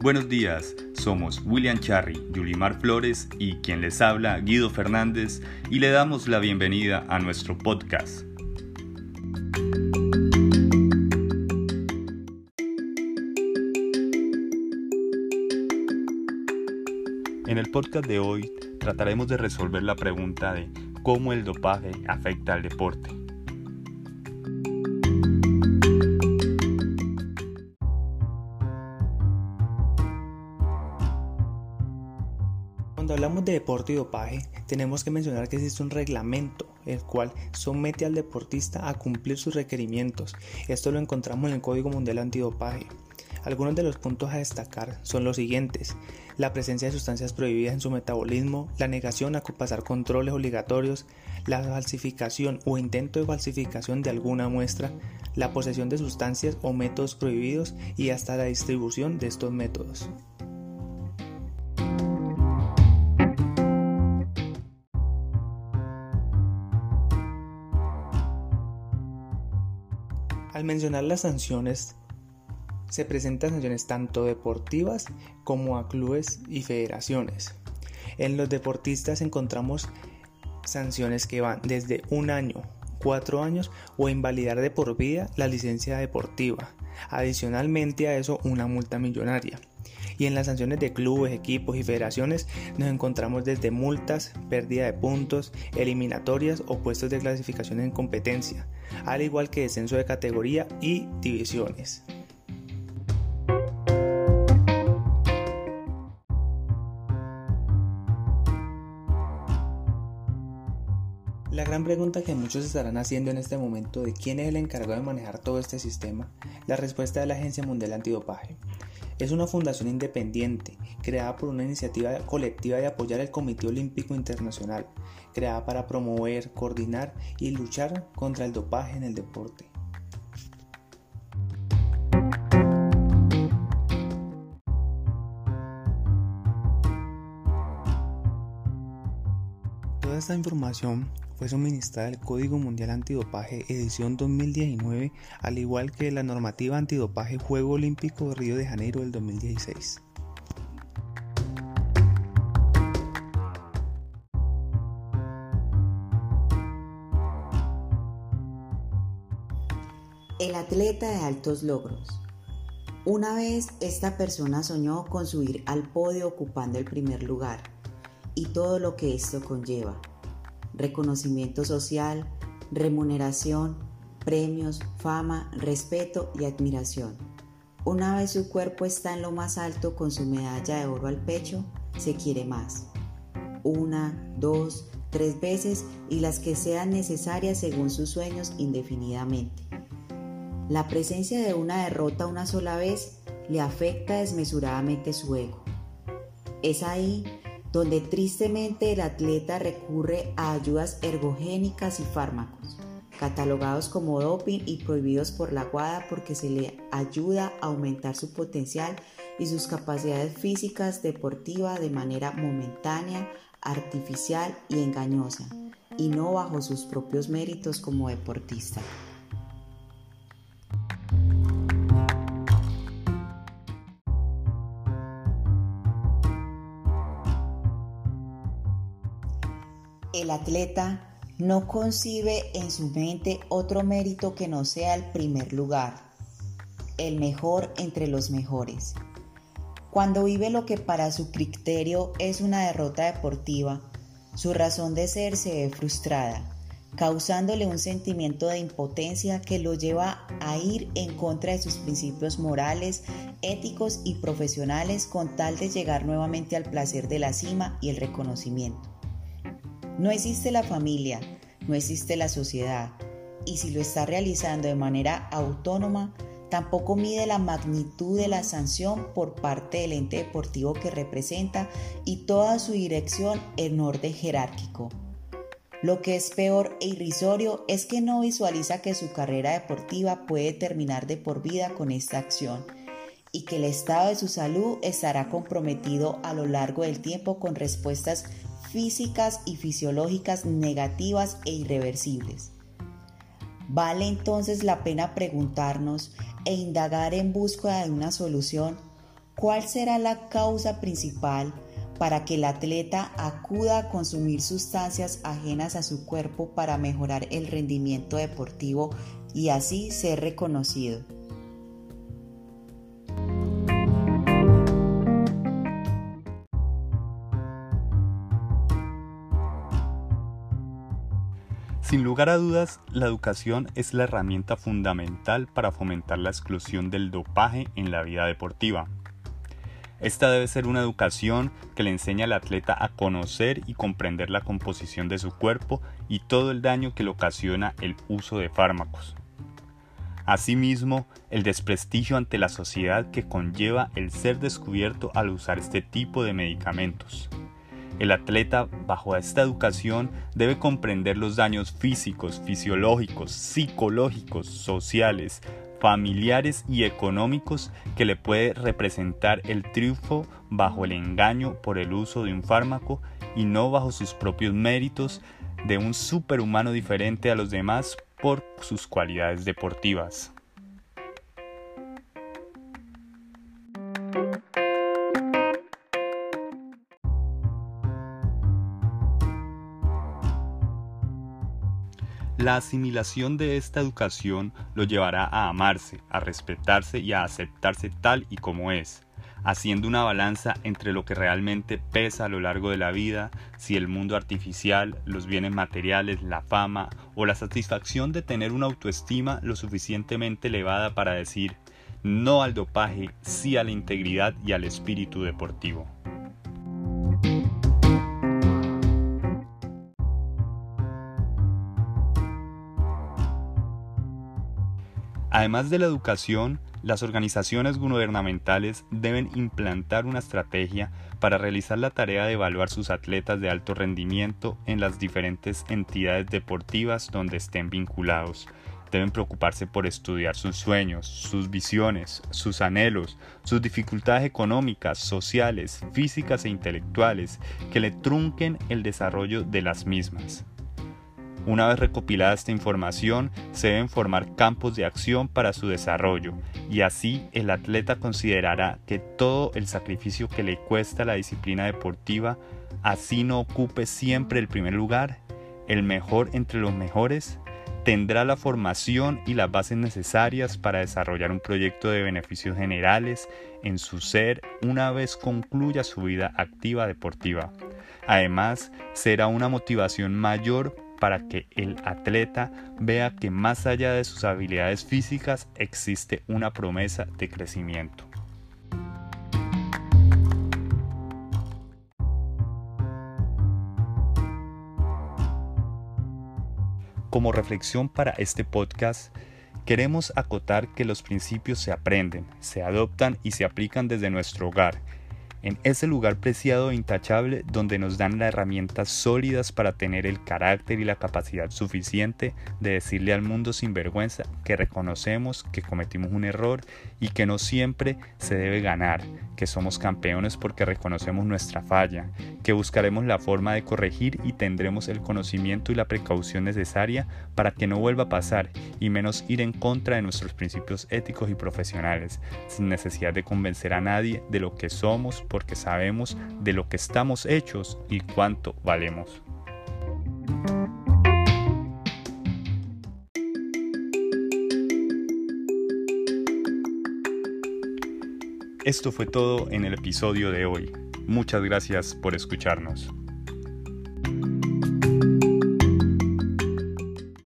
Buenos días, somos William Charry, Yulimar Flores y quien les habla, Guido Fernández, y le damos la bienvenida a nuestro podcast. En el podcast de hoy trataremos de resolver la pregunta de cómo el dopaje afecta al deporte. Cuando hablamos de deporte y dopaje, tenemos que mencionar que existe un reglamento, el cual somete al deportista a cumplir sus requerimientos. Esto lo encontramos en el Código Mundial Antidopaje. Algunos de los puntos a destacar son los siguientes: la presencia de sustancias prohibidas en su metabolismo, la negación a pasar controles obligatorios, la falsificación o intento de falsificación de alguna muestra, la posesión de sustancias o métodos prohibidos y hasta la distribución de estos métodos. Al mencionar las sanciones, se presentan sanciones tanto deportivas como a clubes y federaciones. En los deportistas encontramos sanciones que van desde 1 año, 4 años o invalidar de por vida la licencia deportiva. Adicionalmente a eso, una multa millonaria. Y en las sanciones de clubes, equipos y federaciones nos encontramos desde multas, pérdida de puntos, eliminatorias o puestos de clasificación en competencia, al igual que descenso de categoría y divisiones. La gran pregunta que muchos estarán haciendo en este momento de quién es el encargado de manejar todo este sistema, la respuesta de la Agencia Mundial Antidopaje. Es una fundación independiente, creada por una iniciativa colectiva de apoyar el Comité Olímpico Internacional, creada para promover, coordinar y luchar contra el dopaje en el deporte. Toda esta información fue suministrada del Código Mundial Antidopaje edición 2019, al igual que la normativa antidopaje Juego Olímpico de Río de Janeiro del 2016. El atleta de altos logros. Una vez esta persona soñó con subir al podio ocupando el primer lugar y todo lo que esto conlleva: reconocimiento social, remuneración, premios, fama, respeto y admiración. Una vez su cuerpo está en lo más alto con su medalla de oro al pecho, se quiere más. 1, 2, 3 veces y las que sean necesarias según sus sueños indefinidamente. La presencia de una derrota una sola vez le afecta desmesuradamente su ego. Es ahí donde tristemente el atleta recurre a ayudas ergogénicas y fármacos, catalogados como doping y prohibidos por la WADA porque se le ayuda a aumentar su potencial y sus capacidades físicas deportivas de manera momentánea, artificial y engañosa, y no bajo sus propios méritos como deportista. El atleta no concibe en su mente otro mérito que no sea el primer lugar, el mejor entre los mejores. Cuando vive lo que para su criterio es una derrota deportiva, su razón de ser se ve frustrada, causándole un sentimiento de impotencia que lo lleva a ir en contra de sus principios morales, éticos y profesionales con tal de llegar nuevamente al placer de la cima y el reconocimiento. No existe la familia, no existe la sociedad, y si lo está realizando de manera autónoma, tampoco mide la magnitud de la sanción por parte del ente deportivo que representa y toda su dirección en orden jerárquico. Lo que es peor e irrisorio es que no visualiza que su carrera deportiva puede terminar de por vida con esta acción y que el estado de su salud estará comprometido a lo largo del tiempo con respuestas físicas y fisiológicas negativas e irreversibles. Vale entonces la pena preguntarnos e indagar en búsqueda de una solución ¿Cuál será la causa principal para que el atleta acuda a consumir sustancias ajenas a su cuerpo para mejorar el rendimiento deportivo y así ser reconocido? Sin lugar a dudas, la educación es la herramienta fundamental para fomentar la exclusión del dopaje en la vida deportiva. Esta debe ser una educación que le enseñe al atleta a conocer y comprender la composición de su cuerpo y todo el daño que le ocasiona el uso de fármacos. Asimismo, el desprestigio ante la sociedad que conlleva el ser descubierto al usar este tipo de medicamentos. El atleta, bajo esta educación, debe comprender los daños físicos, fisiológicos, psicológicos, sociales, familiares y económicos que le puede representar el triunfo bajo el engaño por el uso de un fármaco y no bajo sus propios méritos de un superhumano diferente a los demás por sus cualidades deportivas. La asimilación de esta educación lo llevará a amarse, a respetarse y a aceptarse tal y como es, haciendo una balanza entre lo que realmente pesa a lo largo de la vida, si el mundo artificial, los bienes materiales, la fama o la satisfacción de tener una autoestima lo suficientemente elevada para decir no al dopaje, sí a la integridad y al espíritu deportivo. Además de la educación, las organizaciones gubernamentales deben implantar una estrategia para realizar la tarea de evaluar sus atletas de alto rendimiento en las diferentes entidades deportivas donde estén vinculados. Deben preocuparse por estudiar sus sueños, sus visiones, sus anhelos, sus dificultades económicas, sociales, físicas e intelectuales que le trunquen el desarrollo de las mismas. Una vez recopilada esta información, se deben formar campos de acción para su desarrollo, y así el atleta considerará que todo el sacrificio que le cuesta la disciplina deportiva, así no ocupe siempre el primer lugar, el mejor entre los mejores, tendrá la formación y las bases necesarias para desarrollar un proyecto de beneficios generales en su ser una vez concluya su vida activa deportiva. Además, será una motivación mayor para que el atleta vea que más allá de sus habilidades físicas existe una promesa de crecimiento. Como reflexión para este podcast, queremos acotar que los principios se aprenden, se adoptan y se aplican desde nuestro hogar, en ese lugar preciado e intachable donde nos dan las herramientas sólidas para tener el carácter y la capacidad suficiente de decirle al mundo sin vergüenza que reconocemos que cometimos un error y que no siempre se debe ganar, que somos campeones porque reconocemos nuestra falla, que buscaremos la forma de corregir y tendremos el conocimiento y la precaución necesaria para que no vuelva a pasar y menos ir en contra de nuestros principios éticos y profesionales, sin necesidad de convencer a nadie de lo que somos, porque sabemos de lo que estamos hechos y cuánto valemos. Esto fue todo en el episodio de hoy. Muchas gracias por escucharnos.